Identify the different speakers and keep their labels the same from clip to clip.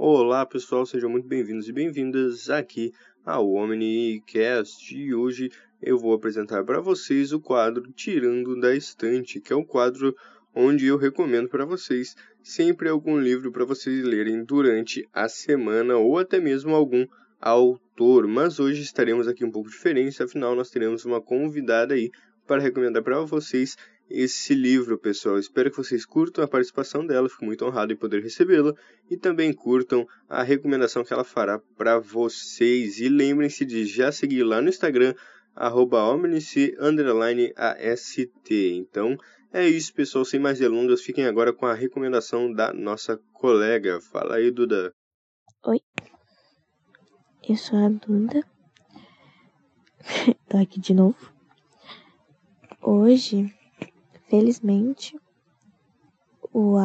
Speaker 1: Olá pessoal, sejam muito bem-vindos e bem-vindas aqui ao OmniCast. E hoje eu vou apresentar para vocês o quadro Tirando da Estante, que é um quadro onde eu recomendo para vocês sempre algum livro para vocês lerem durante a semana ou até mesmo algum autor. Mas hoje estaremos aqui um pouco diferentes, afinal nós teremos uma convidada aí para recomendar para vocês esse livro, pessoal. Espero que vocês curtam a participação dela, fico muito honrado em poder recebê-la, e também curtam a recomendação que ela fará para vocês. E lembrem-se de já seguir lá no Instagram, @omnic_ast. Então, é isso, pessoal. Sem mais delongas, fiquem agora com a recomendação da nossa colega. Fala aí, Duda.
Speaker 2: Oi, eu sou a Duda. Tô aqui de novo. Hoje, felizmente, o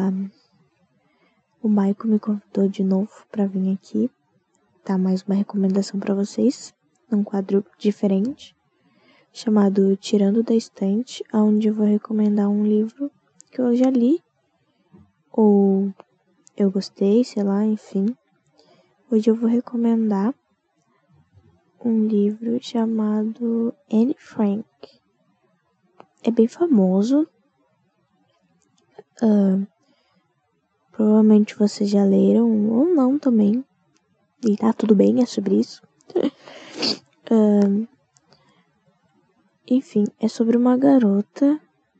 Speaker 2: Maico me convidou de novo pra vir aqui dar mais uma recomendação pra vocês, num quadro diferente, chamado Tirando da Estante, onde eu vou recomendar um livro que eu já li, ou eu gostei, sei lá, enfim. Hoje eu vou recomendar um livro chamado Anne Frank. É bem famoso. Provavelmente vocês já leram, ou não também. E tá tudo bem, é sobre isso. Enfim, é sobre uma garota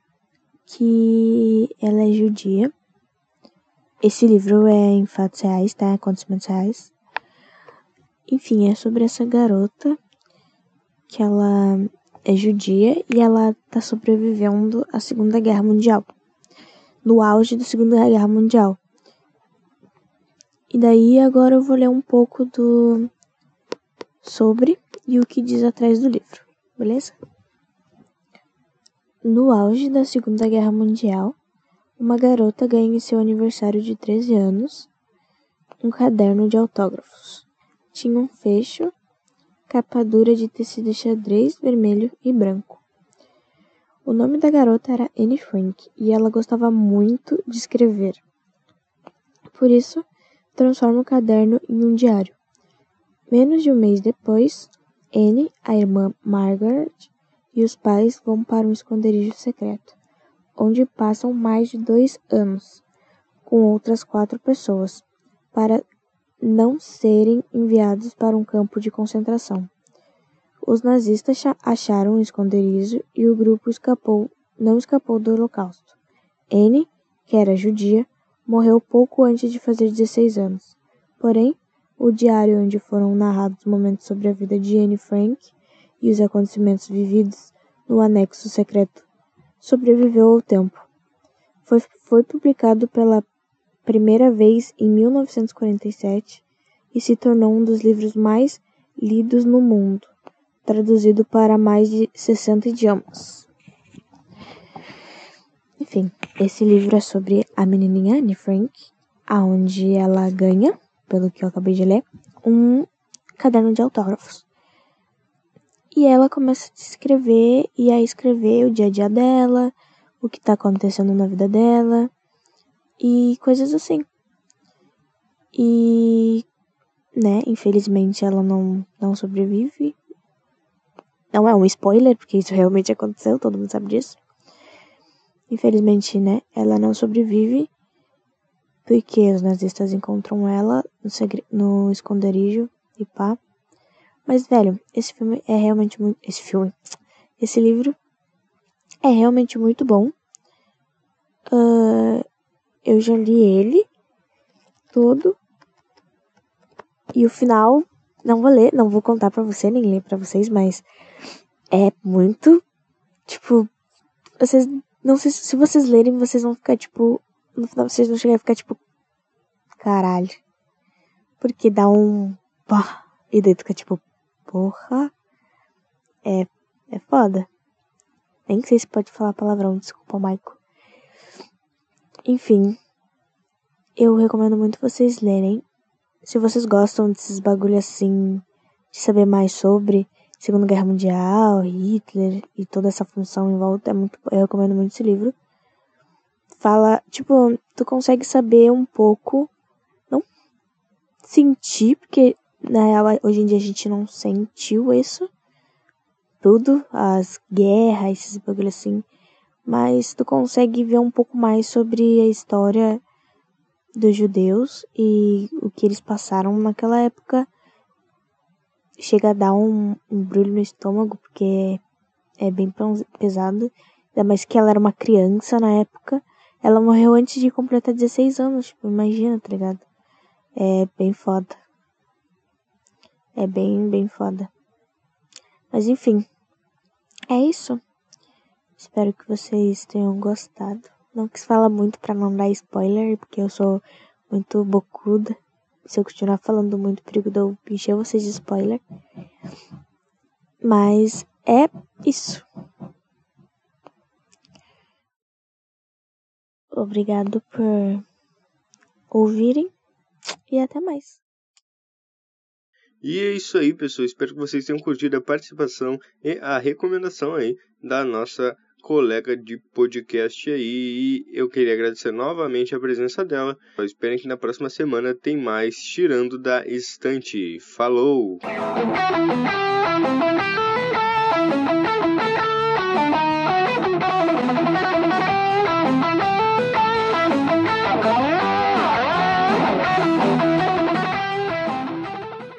Speaker 2: que ela é judia. Esse livro é em fatos reais, tá? Acontecimentos reais. Enfim, é sobre essa garota que ela é judia e ela tá sobrevivendo à Segunda Guerra Mundial. No auge da Segunda Guerra Mundial. E daí agora eu vou ler um pouco sobre e o que diz atrás do livro, beleza? No auge da Segunda Guerra Mundial, uma garota ganha em seu aniversário de 13 anos um caderno de autógrafos. Tinha um fecho, capa dura de tecido xadrez, vermelho e branco. O nome da garota era Anne Frank e ela gostava muito de escrever. Por isso, transforma o caderno em um diário. Menos de um mês depois, Anne, a irmã Margaret e os pais vão para um esconderijo secreto, onde passam mais de 2 anos, com outras 4 pessoas, para não serem enviados para um campo de concentração. Os nazistas acharam o esconderijo e o grupo não escapou do Holocausto. Anne, que era judia, morreu pouco antes de fazer 16 anos. Porém, o diário onde foram narrados momentos sobre a vida de Anne Frank e os acontecimentos vividos no anexo secreto sobreviveu ao tempo. Foi publicado pela primeira vez em 1947 e se tornou um dos livros mais lidos no mundo, traduzido para mais de 60 idiomas. Enfim, esse livro é sobre a menininha Anne Frank, onde ela ganha, pelo que eu acabei de ler, um caderno de autógrafos. E ela começa a escrever o dia a dia dela, o que tá acontecendo na vida dela e coisas assim. E, infelizmente ela não sobrevive. Não é um spoiler, porque isso realmente aconteceu, todo mundo sabe disso. Infelizmente, ela não sobrevive porque os nazistas encontram ela no esconderijo e pá. Mas, velho, esse livro é realmente muito bom. Eu já li ele todo. E o final, não vou ler, não vou contar pra você, nem ler pra vocês, mas é muito, vocês, não sei se vocês lerem, vocês vão ficar, no final vocês vão chegar a ficar, caralho. Porque dá um pá, e daí tu fica, porra, é foda. Nem sei se pode falar palavrão, desculpa, Maico. Enfim, eu recomendo muito vocês lerem. Se vocês gostam desses bagulho assim, de saber mais sobre Segunda Guerra Mundial, Hitler e toda essa função em volta, eu recomendo muito esse livro. Fala, tu consegue saber um pouco, sentir, porque na real hoje em dia a gente não sentiu isso tudo, as guerras, esses bagulho assim, mas tu consegue ver um pouco mais sobre a história dos judeus e o que eles passaram naquela época. Chega a dar um embrulho no estômago, porque é bem pesado, ainda mais que ela era uma criança na época. Ela morreu antes de completar 16 anos, tipo, imagina, tá ligado? É bem foda. É bem foda. Mas enfim, é isso. Espero que vocês tenham gostado. Não quis falar muito pra não dar spoiler, porque eu sou muito bocuda. Se eu continuar falando muito, perigo de eu encher vocês de spoiler. Mas é isso. Obrigado por ouvirem e até mais.
Speaker 1: E é isso aí, pessoal. Espero que vocês tenham curtido a participação e a recomendação aí da nossa colega de podcast aí. E eu queria agradecer novamente a presença dela. Esperem que na próxima semana tem mais Tirando da Estante. Falou!